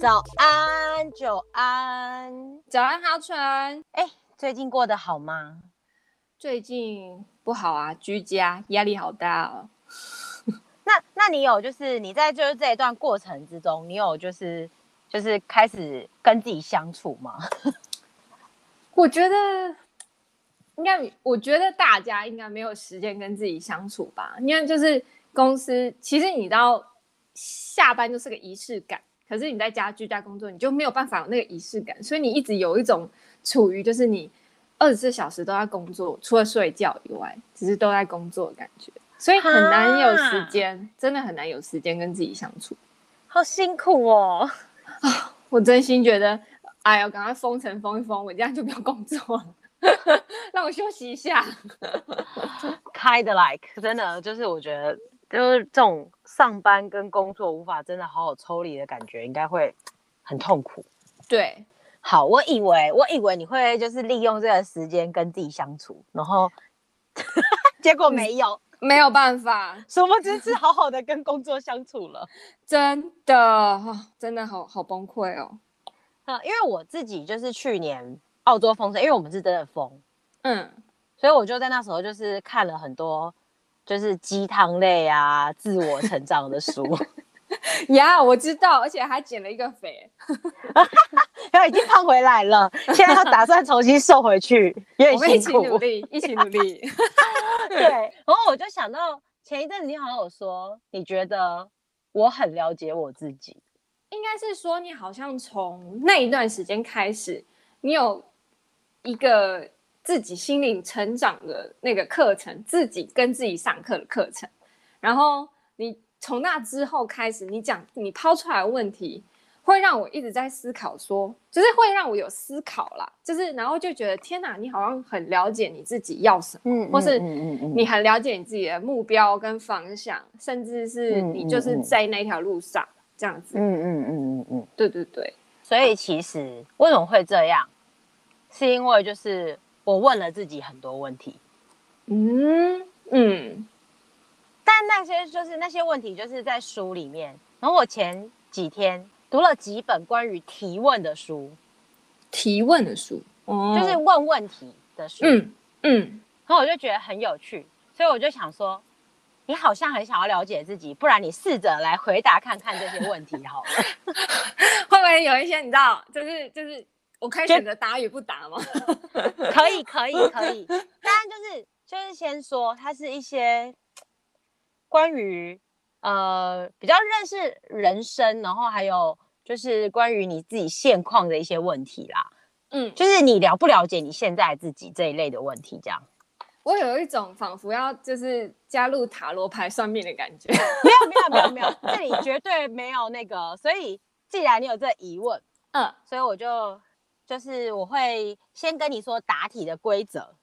早安，久安， 早安，哈纯。 最近过得好吗？ 最近不好啊，居家压力好大哦。 那你有就是你在就是这一段过程之中，你有就是开始跟自己相处吗？ 我觉得我觉得大家应该没有时间跟自己相处吧，因为就是公司，其实你到下班就是个仪式感，可是你在家居家工作，你就没有办法有那个仪式感，所以你一直有一种处于就是你24小时都在工作，除了睡觉以外，只是都在工作的感觉，所以很难有时间，真的很难有时间跟自己相处。 好辛苦哦！ 我真心觉得，哎呀，赶快封城封一封，我这样就不用工作了。让我休息一下。 kind like 真的就是我觉得就是这种上班跟工作无法真的好好抽离的感觉，应该会很痛苦。 对， 好，我以为你会就是利用这个时间跟自己相处，然后结果没有， 没有办法， 殊不知是好好的跟工作相处了。 真的，真的好崩溃哦。 因为我自己就是去年澳洲封城，因为我们是真的封，所以我就在那时候就是看了很多就是鸡汤类啊、自我成长的书。 呀，我知道，而且还减了一个肥， 然后已经胖回来了，现在要打算重新瘦回去，有点辛苦。 我们一起努力，一起努力。 对，然后我就想到前一阵子你好像有说，你觉得我很了解我自己。 应该是说你好像从那一段时间开始，你有一个自己心灵成长的那个课程，自己跟自己上课的课程，然后你从那之后开始，你抛出来的问题，会让我一直在思考说，就是会让我有思考啦，就是然后就觉得天哪，你好像很了解你自己要什么，或是你很了解你自己的目标跟方向，甚至是你就是在那条路上。这样子，对对对， 所以其实为什么会这样，是因为就是我问了自己很多问题，但那些问题就是在书里面，然后我前几天读了几本关于提问的书，就是问问题的书，然后我就觉得很有趣，所以我就想说，你好像很想要了解自己，不然你试着来回答看看这些问题好了。 会不会有一些你知道，就是我可以选择答与不答吗？ 可以，当然就是先说，它是一些关于比较认识人生，然后还有就是关于你自己现况的一些问题啦。就是你了不了解你现在自己这一类的问题，这样。 我有一种仿佛要就是加入塔罗牌算命的感觉。 没有，这里绝对没有那个。所以既然你有这疑问，所以我就是我会先跟你说答题的规则。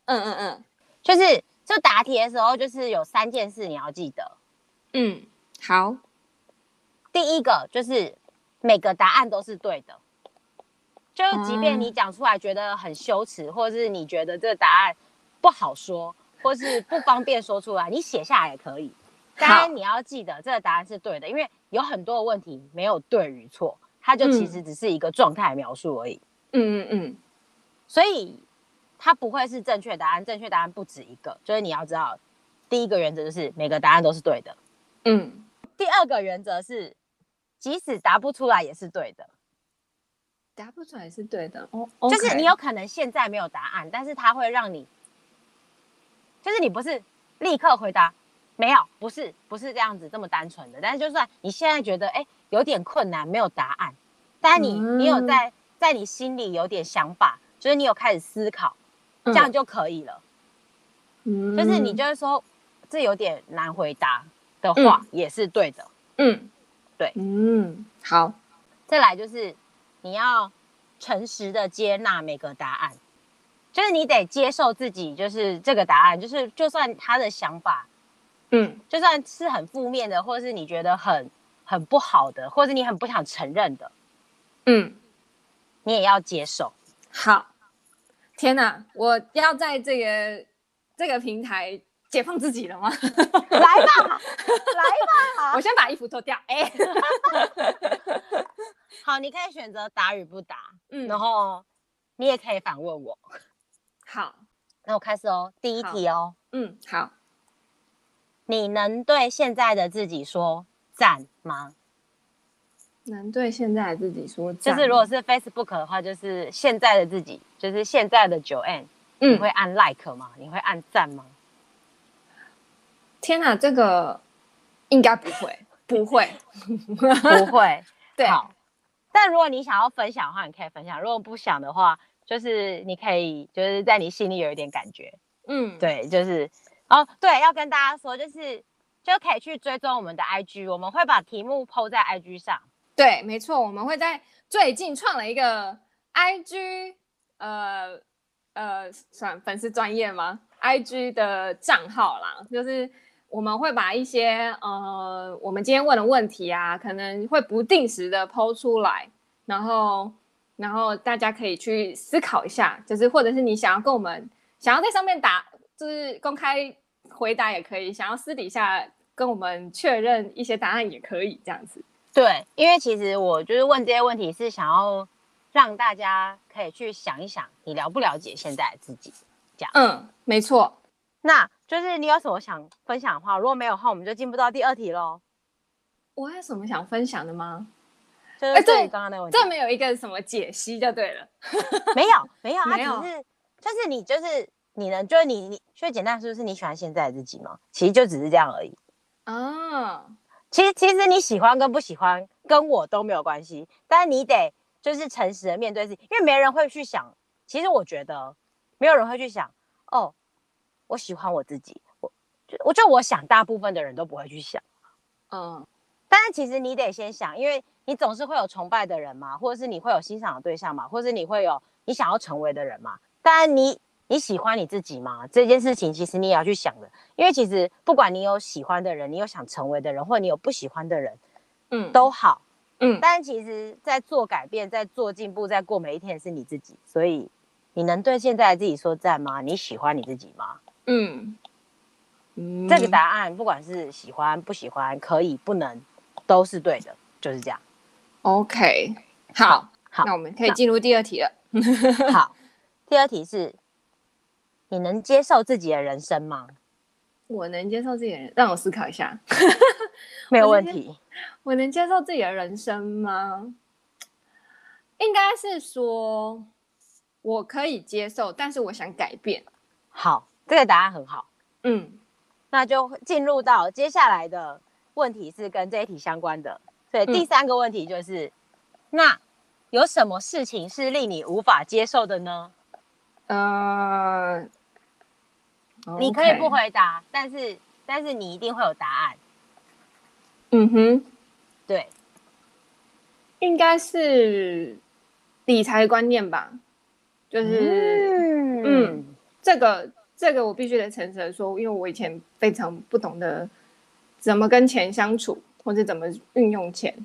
就答题的时候，就是有3件事你要记得。 好。 第一个就是每个答案都是对的。就即便你讲出来觉得很羞耻，或是你觉得这个答案不好说，或是不方便说出来，你写下来也可以。当然你要记得这个答案是对的，因为有很多的问题没有对与错，它就其实只是一个状态描述而已。所以它不会是正确答案，正确答案不止一个，就是你要知道，第一个原则就是每个答案都是对的。第二个原则是，即使答不出来也是对的。 答不出来是对的， 就是你有可能现在没有答案，但是它会让你，就是你不是立刻回答没有，不是这样子这么单纯的。但是就算你现在觉得有点困难，没有答案，但你有在你心里有点想法，就是你有开始思考，这样就可以了。就是你就是说这有点难回答的话，也是对的。对， 好。 再来就是你要诚实的接纳每个答案，就是你得接受自己，就是这个答案，就是就算他的想法，就算是很负面的，或是你觉得很不好的，或是你很不想承认的，你也要接受。 好，天哪，我要在这个平台解放自己了吗？ 来吧， 我先把衣服脱掉。 好， 好，你可以选择答与不答， 嗯， 然后你也可以反问我。 好， 那我开始哦，第一题哦， 好， 你能对现在的自己说赞吗？ 能对现在的自己说赞吗， 就是如果是 Facebook 的话，就是现在的自己，就是现在的Joanne，你会按 like 吗？你会按赞吗？ 天哪，这个应该不会，不会， 不会。 对， 好，但如果你想要分享的话，你可以分享；如果不想的话，就是你可以就是在你心里有一点感觉。对，就是哦，对，要跟大家说，就可以去追踪我们的 IG， 我们会把题目 po 在 IG 上。 对，没错，我们会在最近创了一个 IG，算粉丝专业吗 ？IG 的账号啦，就是我们会把一些我们今天问的问题啊，可能会不定时的 po 出来，然后大家可以去思考一下，就是或者是你想要跟我们想要在上面打，就是公开回答也可以，想要私底下跟我们确认一些答案也可以，这样子。 对，因为其实我就是问这些问题是想要让大家可以去想一想，你了不了解现在的自己，这样。 没错。 那就是你有什么想分享的话，如果没有的话，我们就进步到第二题咯。 我有什么想分享的吗？ 就是对于刚刚那个问题， 这没有一个什么解析就对了。 没有，它只是就是你能就是你最简单，是不是你喜欢现在的自己吗？其实就只是这样而已。其实你喜欢跟不喜欢跟我都没有关系，但是你得就是诚实的面对自己，因为没人会去想。其实我觉得没有人会去想，哦，我喜欢我自己，我想大部分的人都不会去想。但是其实你得先想，因为你总是会有崇拜的人嘛，或者是你会有欣赏的对象嘛，或者是你会有你想要成为的人嘛。当然你喜欢你自己吗？这件事情其实你也要去想的，因为其实不管你有喜欢的人，你有想成为的人，或者你有不喜欢的人，都好，但其实在做改变，在做进步，在过每一天的是你自己，所以你能对现在的自己说赞吗？你喜欢你自己吗？这个答案不管是喜欢不喜欢，可以不能，都是对的，就是这样。 OK， 好，那我们可以进入第二题了。 好，第二题是，你能接受自己的人生吗？ 我能接受自己的人，让我思考一下。 没有问题。 我能接受自己的人生吗？应该是说，我可以接受，但是我想改变。 好，这个答案很好。那就进入到接下来的问题，是跟这一题相关的。所以第三个问题就是，那有什么事情是令你无法接受的呢？你可以不回答，但是你一定会有答案。对， 应该是理财观念吧，就是这个我必须得诚实的说，因为我以前非常不懂得怎么跟钱相处，或者怎么运用钱。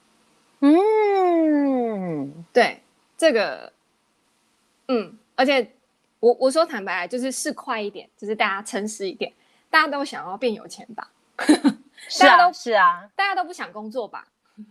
对，这个，而且我说坦白，就是快一点，就是大家诚实一点，大家都想要变有钱吧？ 是啊， 大家都不想工作吧？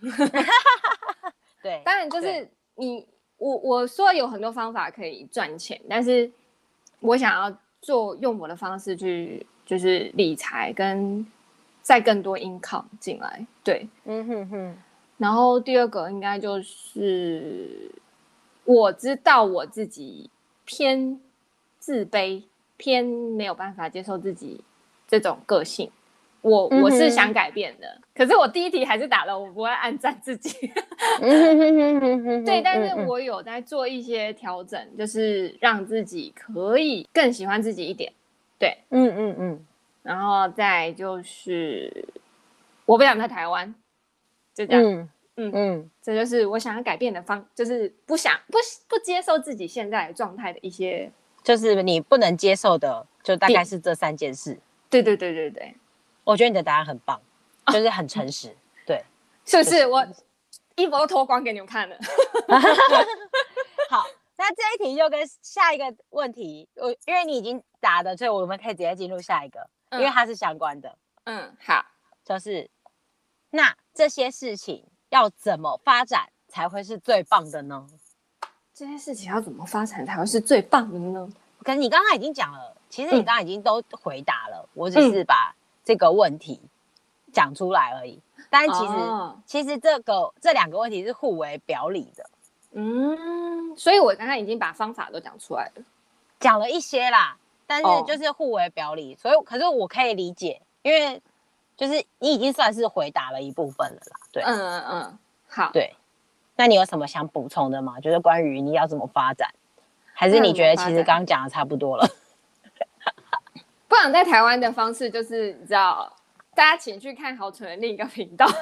对， 当然就是我说有很多方法可以赚钱，但是我想要用我的方式去就是理财跟再更多 income 进来，对，然后第二个应该就是我知道我自己偏自卑，偏没有办法接受自己这种个性。我是想改变的，可是我第一题还是打了，我不会暗赞自己。对，但是我有在做一些调整，就是让自己可以更喜欢自己一点。对，然后再就是我不想在台湾，就这样。这就是我想要改变的就是不接受自己现在的状态的一些， 就是你不能接受的，就大概是这3件事。 对。 我觉得你的答案很棒，就是很诚实，对， 是不是？我衣服都脱光给你们看了。 好，那这一题就跟下一个问题，因为你已经答的，所以我们可以直接进入下一个，因为它是相关的。 好， 就是那这些事情要怎么发展才会是最棒的呢？ 这件事情要怎么发展才会是最棒的呢？ 可是你刚刚已经讲了，其实你刚刚已经都回答了，我只是把这个问题讲出来而已。但其实这两个问题是互为表里的。 所以我刚刚已经把方法都讲出来了， 讲了一些啦，但是就是互为表里，所以可是我可以理解，因为就是你已经算是回答了一部分了啦。对， 好， 对。那你有什么想补充的吗？就是关于你要怎么发展，还是你觉得其实刚刚讲的差不多了？ 不然在台湾的方式就是你知道，大家请去看豪纯的另一个频道。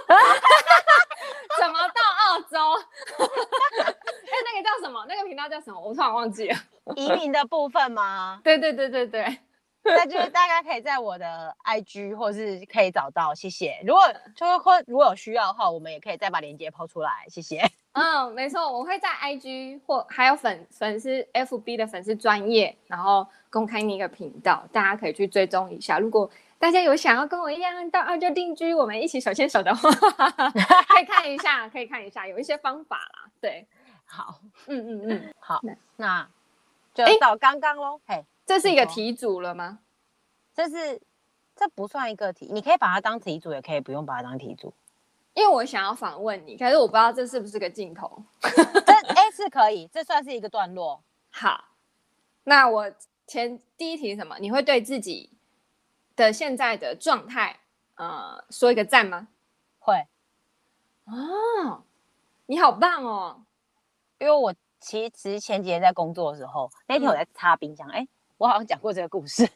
怎么到澳洲？那个叫什么？那个频道叫什么？我突然忘记了。 移民的部分吗？ 对。 那就是大家可以在我的 IG 或是可以找到，谢谢。如果有需要的话，我们也可以再把链接抛出来，谢谢。 没错，我会在 IG 或还有粉丝 FB 的粉丝专页，然后公开那个频道，大家可以去追踪一下。如果大家有想要跟我一样到澳洲定居，我们一起手牵手的话，可以看一下，有一些方法啦。对， 好， 好， 那就到刚刚咯。嘿， 这是一个题组了吗？ 这不算一个题，你可以把它当题组，也可以不用把它当题组。 因为我想要访问你，可是我不知道这是不是个镜头。 是可以，这算是一个段落。 好，那我第一题是什么？你会对自己的现在的状态，说一个赞吗？ 会。 你好棒哦！ 因为我其实前几天在工作的时候，那天我在擦冰箱，我好像讲过这个故事。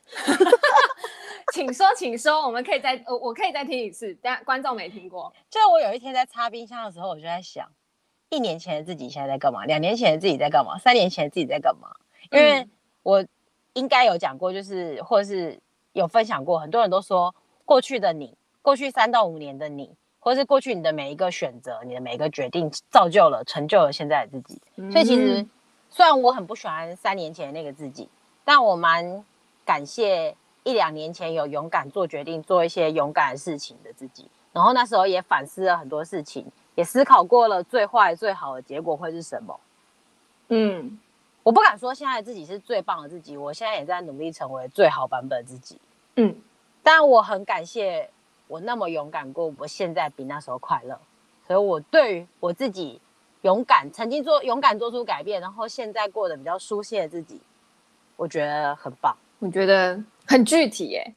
请说，我可以再听一次，但观众没听过。 就我有一天在擦冰箱的时候，我就在想，1年前的自己现在在干嘛？2年前的自己在干嘛？3年前的自己在干嘛？因为我应该有讲过，就是或者是有分享过，很多人都说过去的你，过去3到5年的你，或是过去你的每一个选择，你的每一个决定，造就了、成就了现在的自己。所以其实虽然我很不喜欢3年前的那个自己，但我蛮感谢1-2年前有勇敢做决定、做一些勇敢的事情的自己。然后那时候也反思了很多事情，也思考过了最坏、最好的结果会是什么。我不敢说现在的自己是最棒的自己，我现在也在努力成为最好版本的自己。但我很感谢我那么勇敢过，我现在比那时候快乐。所以我对于我自己曾经勇敢做出改变，然后现在过得比较舒适的自己，我觉得很棒。 我觉得很具体耶。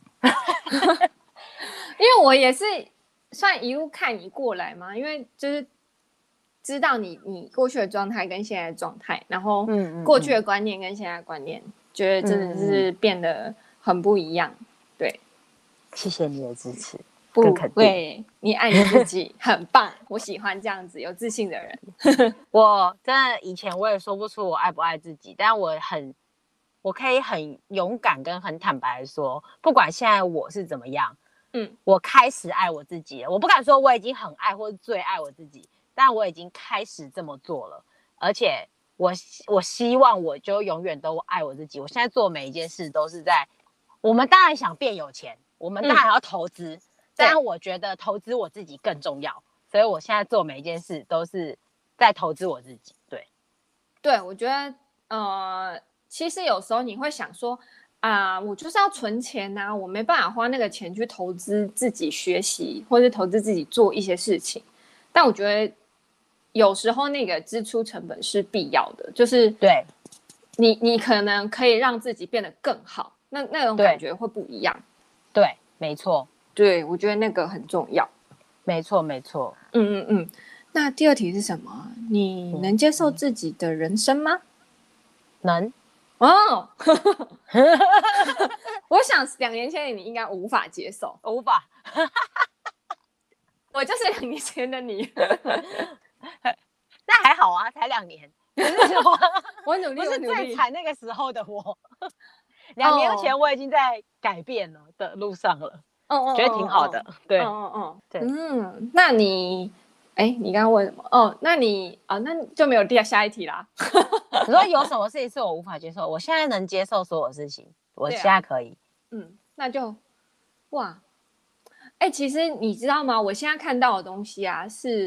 因为我也是算一路看你过来嘛，因为就是知道你过去的状态跟现在的状态，然后过去的观念跟现在的观念，觉得真的是变得很不一样。对， 谢谢你的支持， 不会，你爱你自己，很棒，我喜欢这样子有自信的人。 我真的以前我也说不出我爱不爱自己，但我可以很勇敢跟很坦白的说，不管现在我是怎么样，我开始爱我自己了。我不敢说我已经很爱或是最爱我自己，但我已经开始这么做了。而且我希望我就永远都爱我自己。我现在做每一件事都是我们当然想变有钱，我们当然要投资，但我觉得投资我自己更重要。所以我现在做每一件事都是在投资我自己。 对，我觉得其实有时候你会想说我就是要存钱啊，我没办法花那个钱去投资自己学习，或是投资自己做一些事情。但我觉得有时候那个支出成本是必要的，就是对你可能可以让自己变得更好，那种感觉会不一样。 对，没错。 对，我觉得那个很重要。 没错。 那第二题是什么？你能接受自己的人生吗？ 能。 我想2年前的你应该无法接受。 我无法。 我就是2年前的你。 那还好啊，才2年。 我努力， 不是最惨那个时候的我。2年前我已经在改变了的路上了。觉得挺好的。对。 对。那你刚刚问什么？那你那就没有下一题啦。 你说有什么事情是我无法接受？我现在能接受所有事情，我现在可以。 那就哇，其实你知道吗？我现在看到的东西啊，是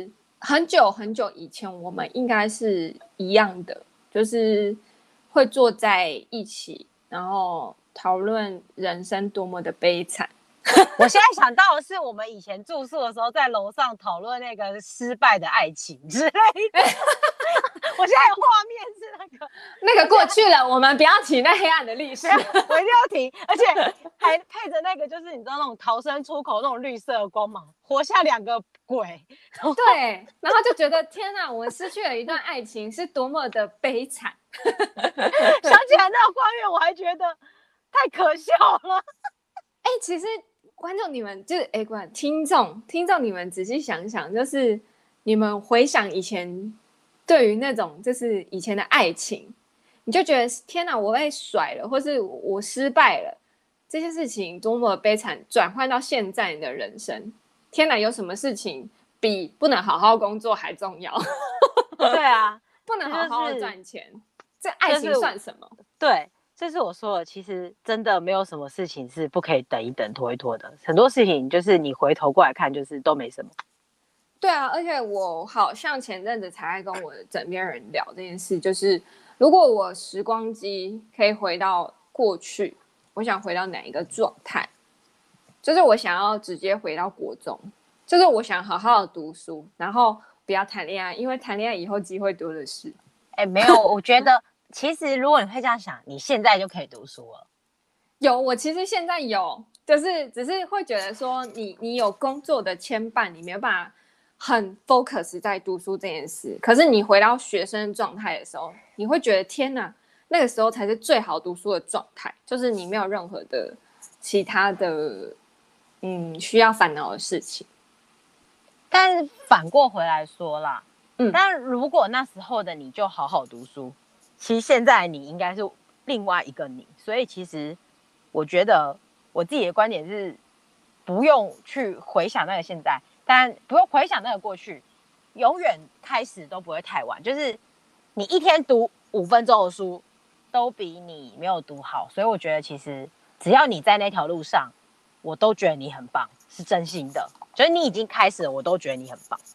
很久很久以前，我们应该是一样的，就是会坐在一起，然后讨论人生多么的悲惨。 我现在想到的是，我们以前住宿的时候，在楼上讨论那个失败的爱情之类的。我现在有画面是那个过去了，我们不要提那黑暗的历史。 我一定要提，而且还配着那个，就是你知道那种逃生出口那种绿色的光芒，活下2个鬼。 对，然后就觉得天哪，我失去了一段爱情，是多么的悲惨。 想起来那个画面，我还觉得太可笑了。 其实观众你们就是听众你们仔细想想，就是你们回想以前对于那种就是以前的爱情，你就觉得天哪，我被甩了，或是我失败了，这些事情多么悲惨，转换到现在的人生，天哪，有什么事情比不能好好工作还重要？ 对啊， 不能好好的赚钱，这爱情算什么？ 对。这是我说的，其实真的没有什么事情是不可以等一等、拖一拖的。很多事情就是你回头过来看，就是都没什么。 对啊，而且我好像前阵子才在跟我的枕边人聊这件事，就是如果我时光机可以回到过去，我想回到哪一个状态？就是我想要直接回到国中，就是我想好好的读书，然后不要谈恋爱，因为谈恋爱以后机会多的是。 没有，我觉得。其实，如果你会这样想，你现在就可以读书了。 有，我其实现在有，就是只是会觉得说你有工作的牵绊，你没有办法很 focus 在读书这件事。可是你回到学生状态的时候，你会觉得天哪，那个时候才是最好读书的状态，就是你没有任何的其他的需要烦恼的事情。 但是反过回来说啦，但如果那时候的你就好好读书。其实现在你应该是另外一个你，所以其实我觉得我自己的观点是，不用去回想那个现在，但不用回想那个过去，永远开始都不会太晚。就是你一天读5分钟的书，都比你没有读好。所以我觉得其实只要你在那条路上，我都觉得你很棒，是真心的。就是你已经开始了，我都觉得你很棒。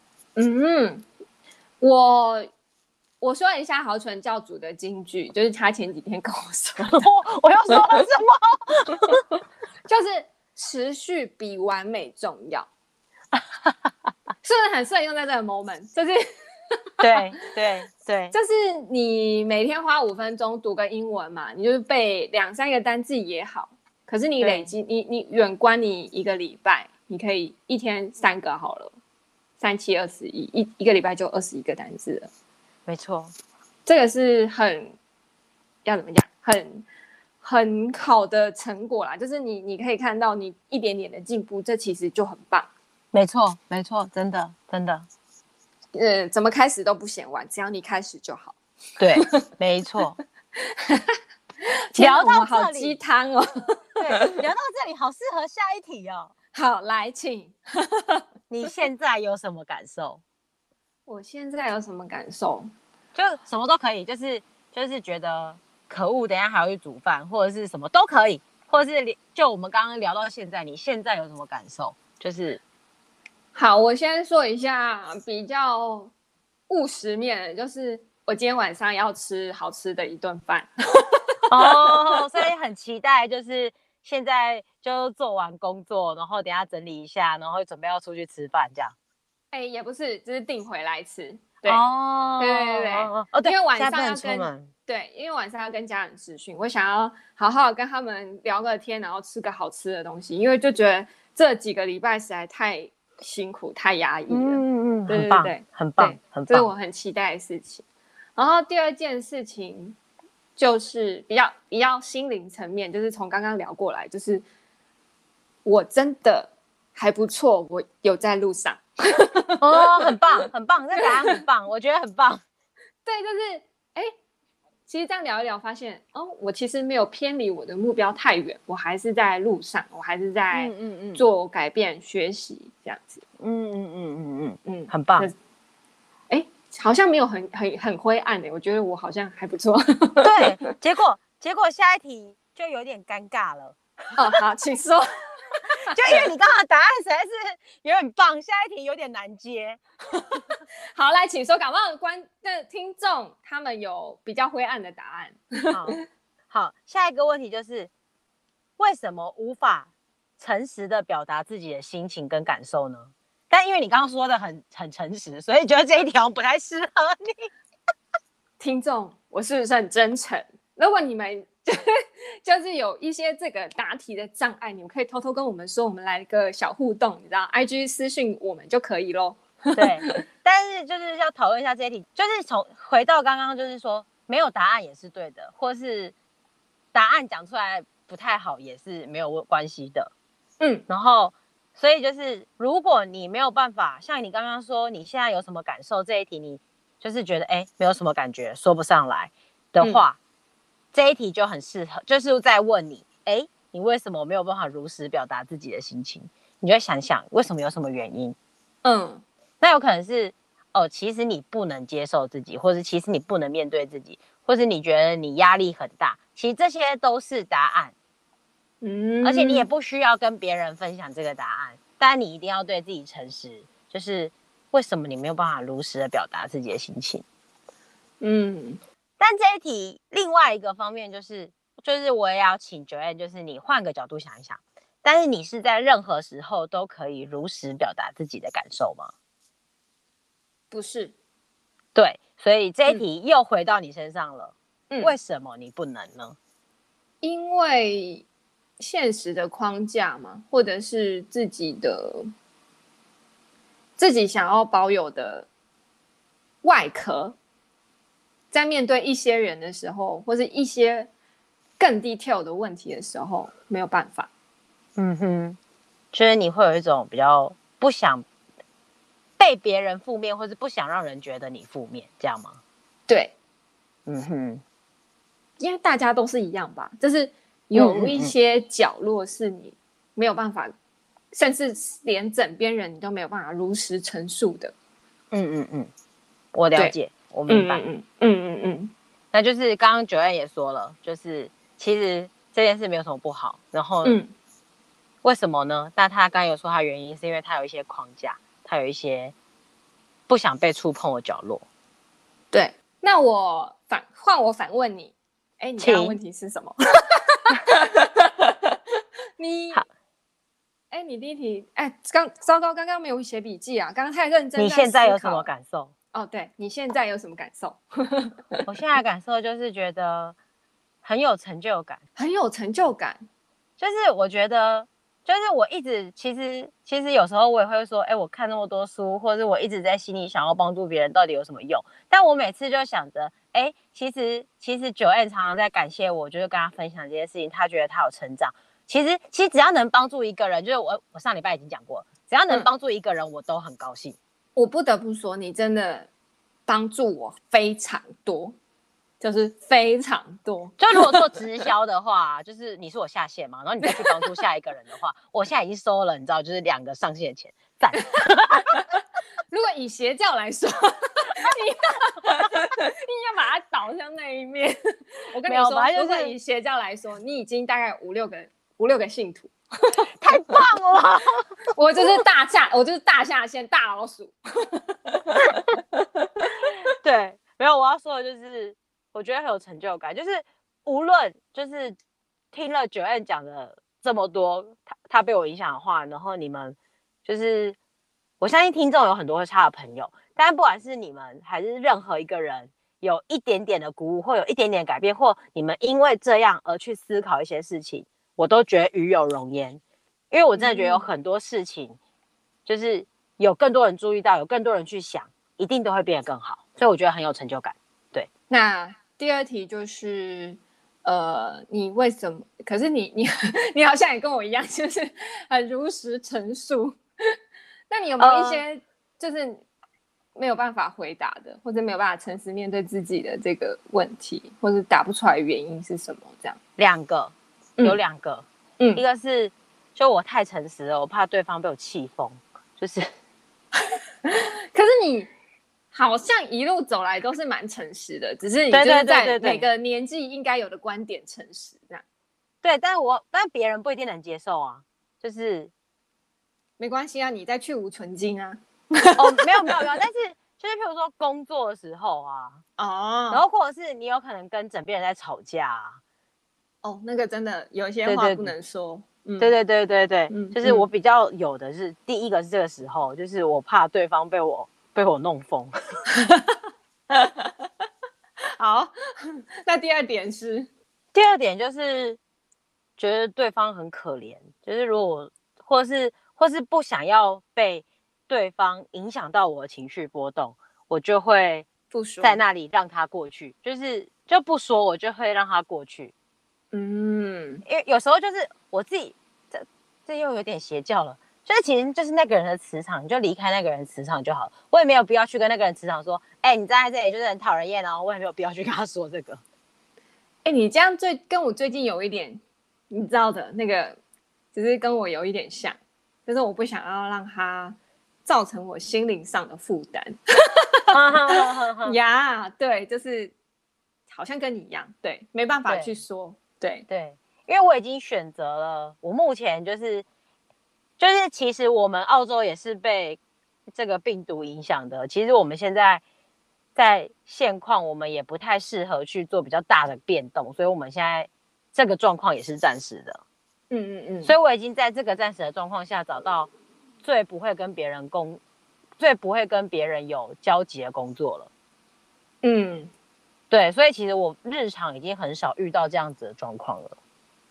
我说一下豪纯教主的金句，就是他前几天跟我说的。 我又说了什么？ 就是持续比完美重要，是不是很适合用在这个 moment？ 就是对， 就是你每天花5分钟读个英文嘛，你就是背2-3个单字也好，可是你累积你远观你1个礼拜，你可以一天3个好了，3、7、21，一个礼拜就21个单字了。 没错， 这个是要怎么讲，很好的成果啦，就是你可以看到你一点点的进步，这其实就很棒。 没错，真的。 怎么开始都不嫌晚，只要你开始就好。 对，没错。 聊到好鸡汤哦。 对，聊到这里好适合下一题哦。 好，来，请。 你现在有什么感受？ 我现在有什么感受？ 就什么都可以，就是觉得可恶，等一下还要去煮饭，或者是什么都可以，或者是就我们刚刚聊到现在，你现在有什么感受？就是好，我先说一下比较务实面的，就是我今天晚上要吃好吃的一顿饭。 所以很期待，就是现在就做完工作，然后等一下整理一下，然后准备要出去吃饭这样。 也不是，就是订回来吃。 对， 因为晚上要因为晚上要跟家人视讯，我想要好好跟他们聊个天，然后吃个好吃的东西，因为就觉得这几个礼拜实在太辛苦、太压抑了。 很棒，很棒， 这是我很期待的事情。然后第二件事情就是比较心灵层面，就是从刚刚聊过来，就是我真的还不错，我有在路上。 很棒，这答案很棒，我觉得很棒。 对，就是其实这样聊一聊，发现我其实没有偏离我的目标太远，我还是在路上，我还是在做改变、学习这样子。 很棒。 好像没有很灰暗我觉得我好像还不错。 对，结果下一题就有点尴尬了。 哦，好，请说。 就因为你刚刚的答案实在是有点棒，下一题有点难接。 好，来，请说。搞不好听众他们有比较灰暗的答案。 好，下一个问题就是为什么无法诚实的表达自己的心情跟感受呢？但因为你刚刚说的很诚实，所以觉得这一条不太适合你。 听众，我是不是很真诚？如果你们就是有一些这个答题的障碍，你们可以偷偷跟我们说，我们来个小互动，你知道 ，IG 私讯我们就可以咯。 对，但是就是要讨论一下这一题，就是回到刚刚，就是说没有答案也是对的，或是答案讲出来不太好也是没有关系的。然后所以就是如果你没有办法，像你刚刚说你现在有什么感受这一题，你就是觉得没有什么感觉，说不上来的话，这一题就很适合，就是在问你，你为什么没有办法如实表达自己的心情？你就会想想为什么，有什么原因？那有可能是其实你不能接受自己，或者其实你不能面对自己，或是你觉得你压力很大，其实这些都是答案。而且你也不需要跟别人分享这个答案，但你一定要对自己诚实，就是为什么你没有办法如实的表达自己的心情。但这一题另外一个方面就是我也要请 Joanne， 就是你换个角度想一想，但是你是在任何时候都可以如实表达自己的感受吗？ 不是。 对，所以这一题又回到你身上了。为什么你不能呢？ 因为现实的框架嘛，或者是自己想要保有的外壳，在面对一些人的时候，或是一些更 detail 的问题的时候，没有办法。 就是你会有一种比较不想被别人负面，或是不想让人觉得你负面，这样吗？ 对。因为大家都是一样吧，就是有一些角落是你没有办法，甚至连枕边人你都没有办法如实陈述的。我了解，我明白。那就是刚刚Joanne也说了，就是其实这件事没有什么不好，然后为什么呢？那他刚刚有说他原因是因为他有一些框架，他有一些不想被触碰的角落。 对，那我反问你，你刚刚问题是什么？你第一题，糟糕，刚刚没有写笔记啊，刚刚太认真。 你现在有什么感受？ 对，你现在有什么感受？ 我现在的感受就是觉得很有成就感。 很有成就感， 就是我觉得，就是我一直其实有时候我也会说，我看那么多书，或者我一直在心里想要帮助别人，到底有什么用？但我每次就想着，其实Joanne常常在感谢我，就是跟他分享这些事情，他觉得他有成长。其实只要能帮助一个人，就是我上礼拜已经讲过，只要能帮助一个人，我都很高兴。 我不得不说，你真的帮助我非常多，就是非常多。 就如果做直销的话，就是你是我下线嘛，然后你再去帮助下一个人的话，我现在已经收了，你知道，就是2个上线的钱，赞。 如果以邪教来说，你要把它导向那一面。我跟你说，如果以邪教来说，你已经大概五六个信徒。 太棒了！ 我就是大下线大老鼠。 对，没有，我要说的就是我觉得很有成就感，就是无论就是听了Joanne讲的这么多他被我影响的话，然后你们就是我相信听众有很多他的朋友，但不管是你们还是任何一个人有一点点的鼓舞，或有一点点改变，或你们因为这样而去思考一些事情，我都觉得与有荣焉。因为我真的觉得有很多事情就是有更多人注意到，有更多人去想，一定都会变得更好，所以我觉得很有成就感。对， 那第二题就是你为什么？可是你好像也跟我一样，就是很如实陈述。那你有没有一些就是没有办法回答的，或者没有办法诚实面对自己的这个问题，或者答不出来的原因是什么？这样有两个，一个是就我太诚实了，我怕对方被我气疯，就是。 可是你好像一路走来都是蛮诚实的，只是你就是在每个年纪应该有的观点诚实这样。 对，但别人不一定能接受啊，就是没关系啊，你再去无存金啊。 哦，没有，但是就是譬如说工作的时候啊，然哦后或者是你有可能跟枕边人在吵架啊， 哦，那个真的有一些对对话不能说。 对，就是我嗯， 比较有的是第一个是这个时候，就是我怕对方被我弄疯。 好，那第二点是， 第二点就是觉得对方很可怜，就是如果或是不想要被对方影响到我的情绪波动，我就会不说， 在那里让他过去，就不说，我就会让他过去。 嗯， 因为有时候就是我自己，这又有点邪教了。就是其实就是那个人的磁场，你就离开那个人的磁场就好了。我也没有必要去跟那个人磁场说，哎、你站在这里就是很讨人厌哦。我也没有必要去跟他说这个。 哎，你这样跟我最近有一点，你知道的那个，只是跟我有一点像，就是我不想要让他造成我心灵上的负担。呀，对，就是好像跟你一样，对，没办法去说，对对，因为我已经选择了，我目前就是其实我们澳洲也是被这个病毒影响的。其实我们现在在现况，我们也不太适合去做比较大的变动，所以我们现在这个状况也是暂时的。所以我已经在这个暂时的状况下找到最不会跟别人有交集的工作了。对，所以其实我日常已经很少遇到这样子的状况了。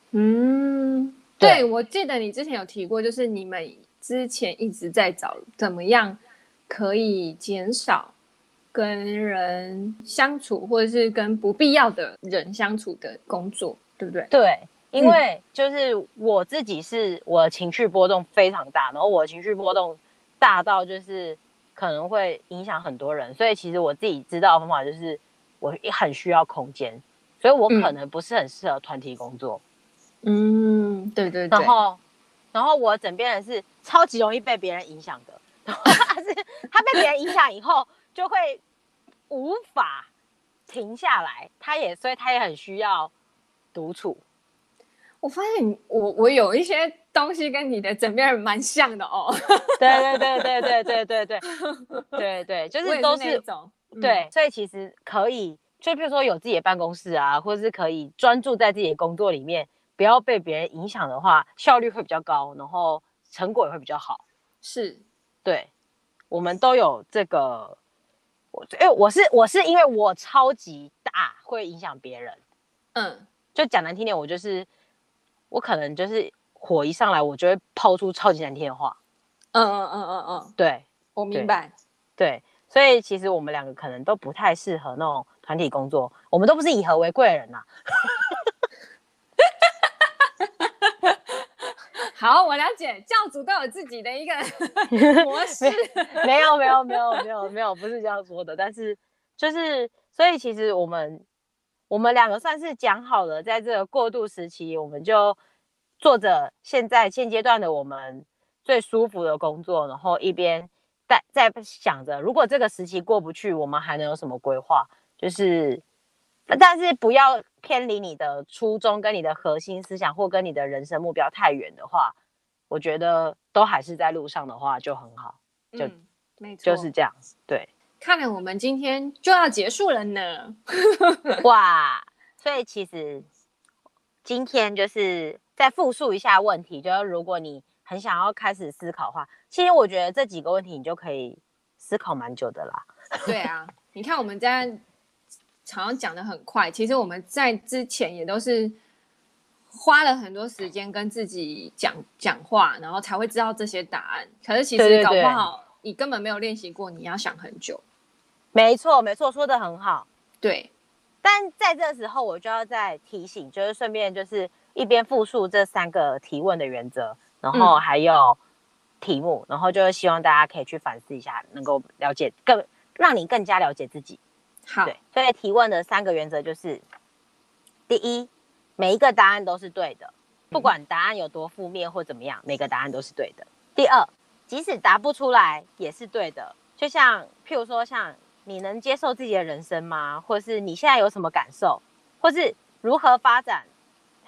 对，我记得你之前有提过，就是你们之前一直在找怎么样可以减少跟人相处，或者是跟不必要的人相处的工作，对不对？ 对，因为就是我自己我的情绪波动非常大，然后我的情绪波动大到就是可能会影响很多人，所以其实我自己知道的方法就是我很需要空间，所以我可能不是很适合团体工作。 对。 然后我枕边人是超级容易被别人影响的，然后他被别人影响以后就会无法停下来，所以他也很需要独处。 我发现我有一些东西跟你的枕边人蛮像的哦。 对，就是都是那种对，所以其实可以，就比如说有自己的办公室啊，或者是可以专注在自己的工作里面，不要被别人影响的话，效率会比较高，然后成果也会比较好。 是， 对，我们都有这个。我是因为我超级大，会影响别人。就讲难听点，我可能就是火一上来，我就会抛出超级难听的话。对， 我明白。 对，所以其实我们两个可能都不太适合那种团体工作，我们都不是以和为贵的人呐。 好，我了解，教主都有自己的一个模式。 没有，不是这样说的。但是就是，所以其实我们两个算是讲好了，在这个过渡时期，我们就做着现阶段的我们最舒服的工作，然后一边在想着，如果这个时期过不去，我们还能有什么规划？就是，但是不要偏离你的初衷跟你的核心思想，或跟你的人生目标太远的话，我觉得都还是在路上的话就很好。 没错， 就是这样。对， 看来我们今天就要结束了呢。 哇，所以其实今天就是再复述一下问题，就是如果你很想要开始思考的话，其实我觉得这几个问题你就可以思考蛮久的啦。 对啊，你看我们在常常讲的很快，其实我们在之前也都是花了很多时间跟自己讲话，然后才会知道这些答案。可是其实搞不好你根本没有练习过，你要想很久。 没错，说得很好。 对， 但在这时候我就要再提醒，就是顺便就是一边复述这3个提问的原则，然后还有题目，然后就是希望大家可以去反思一下，能够了解让你更加了解自己。 好， 对，所以提问的3个原则就是：第一，每一个答案都是对的，不管答案有多负面或怎么样，每个答案都是对的。第二，即使答不出来也是对的，就像譬如说，像你能接受自己的人生吗？或是你现在有什么感受，或是如何发展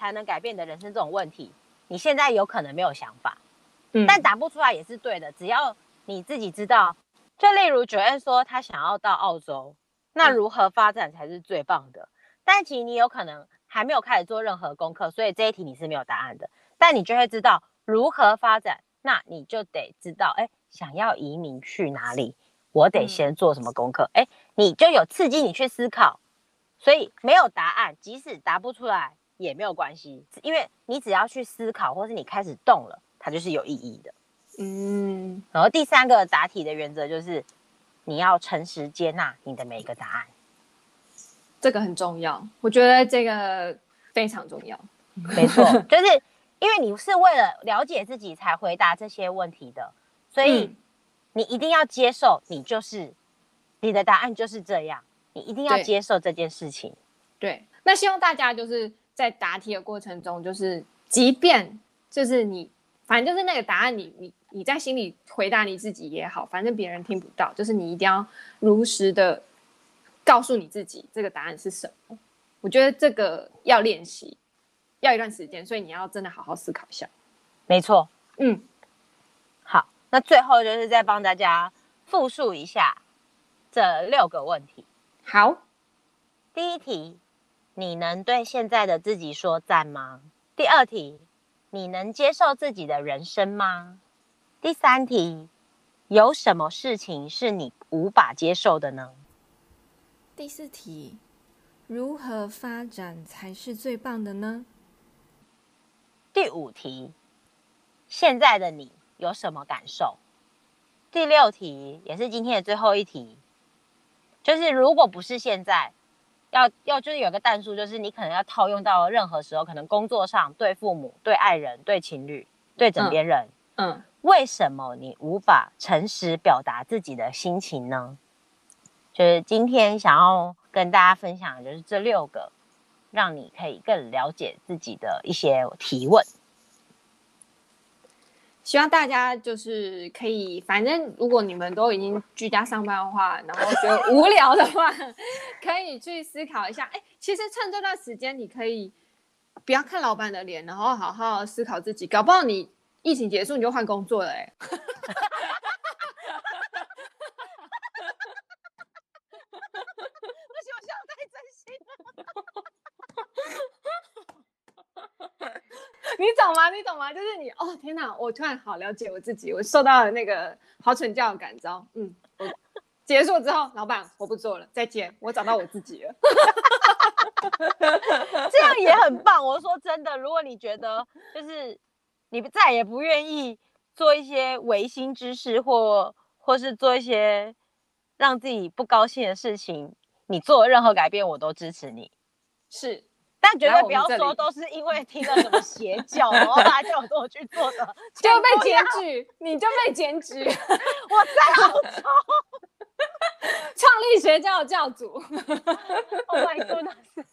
才能改变你的人生这种问题，你现在有可能没有想法， 但答不出来也是对的，只要你自己知道。就例如9月说他想要到澳洲，那如何发展才是最棒的？但其实你有可能还没有开始做任何功课，所以这一题你是没有答案的。但你就会知道如何发展，那你就得知道，想要移民去哪里，我得先做什么功课。你就有刺激你去思考。所以没有答案，即使答不出来也没有关系，因为你只要去思考，或是你开始动了，它就是有意义的。然后第3个答题的原则就是你要诚实接纳你的每一个答案， 这个很重要，我觉得这个非常重要。 没错，就是因为你是为了了解自己才回答这些问题的，所以你一定要接受你的答案就是这样，你一定要接受这件事情。 对，那希望大家就是在答题的过程中，就是即便就是你反正就是那个答案你在心里回答你自己也好，反正别人听不到，就是你一定要如实的告诉你自己这个答案是什么。我觉得这个要练习，要一段时间，所以你要真的好好思考一下。 没错。好，那最后就是再帮大家复述一下这6个问题。 好， 第一题，你能对现在的自己说赞吗？第2题，你能接受自己的人生吗？第3题，有什么事情是你无法接受的呢？ 第4题，如何发展才是最棒的呢？ 第5题，现在的你有什么感受？第6题，也是今天的最后一题，就是如果不是现在，要就是有个但书，就是你可能要套用到任何时候，可能工作上、对父母、对爱人、对情侣、对枕边人。为什么你无法诚实表达自己的心情呢？就是今天想要跟大家分享的就是这6个，让你可以更了解自己的一些提问。 希望大家就是可以，反正如果你们都已经居家上班的话，然后觉得无聊的话，可以去思考一下。其实趁这段时间，你可以不要看老板的脸，然后好好思考自己。搞不好你疫情结束你就换工作了。不行，我笑得太真心了。你懂吗？就是你天哪，我突然好了解我自己，我受到了那个好蠢教的感召。我结束之后，老板我不做了，再见，我找到我自己了。 这样也很棒。我说真的，如果你觉得就是你再也不愿意做一些违心之事，或是做一些让自己不高兴的事情，你做任何改变我都支持你。 是。 但绝对不要说都是因为听了什么邪教，然后大家叫我去做的， 就被检举，你就被检举。 我在澳洲创立邪教的教主。 Oh my goodness，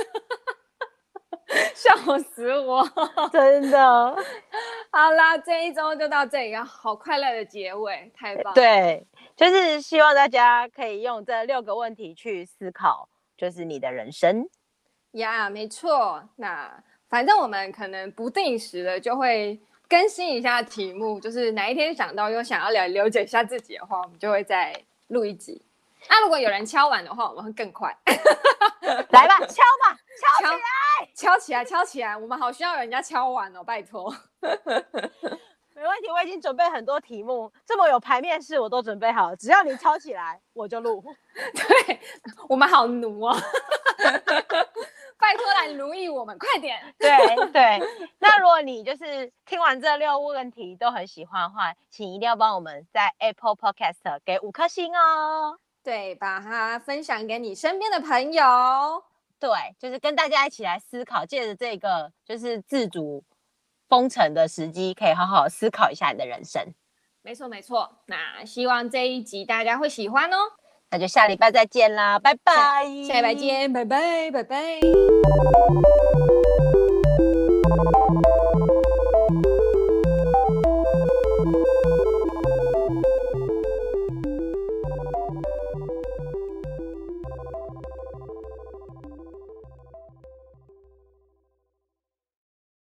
笑死我， 真的。 好啦，这一周就到这里，好快乐的结尾，太棒了。 对，就是希望大家可以用这6个问题去思考，就是你的人生。 没错。那反正我们可能不定时的就会更新一下题目，就是哪一天想到又想要了解一下自己的话，我们就会再录一集。如果有人敲完的话，我们会更快。 来吧，敲吧，敲起来， 敲起来，敲起来！我们好需要人家敲完哦，拜托。 没问题，我已经准备很多题目，这么有排面试我都准备好了，只要你敲起来我就录。 对，我们好奴哦。拜托来奴役我们，快点！ 对，那如果你就是听完这6个问题都很喜欢的话，请一定要帮我们在 Apple Podcast 给5颗星哦。 对，把它分享给你身边的朋友。 对，就是跟大家一起来思考，借着这个就是自主封城的时机，可以好好思考一下你的人生。 没错。那希望这一集大家会喜欢哦。 那就下礼拜再见啦，拜拜。 下礼拜见，拜拜。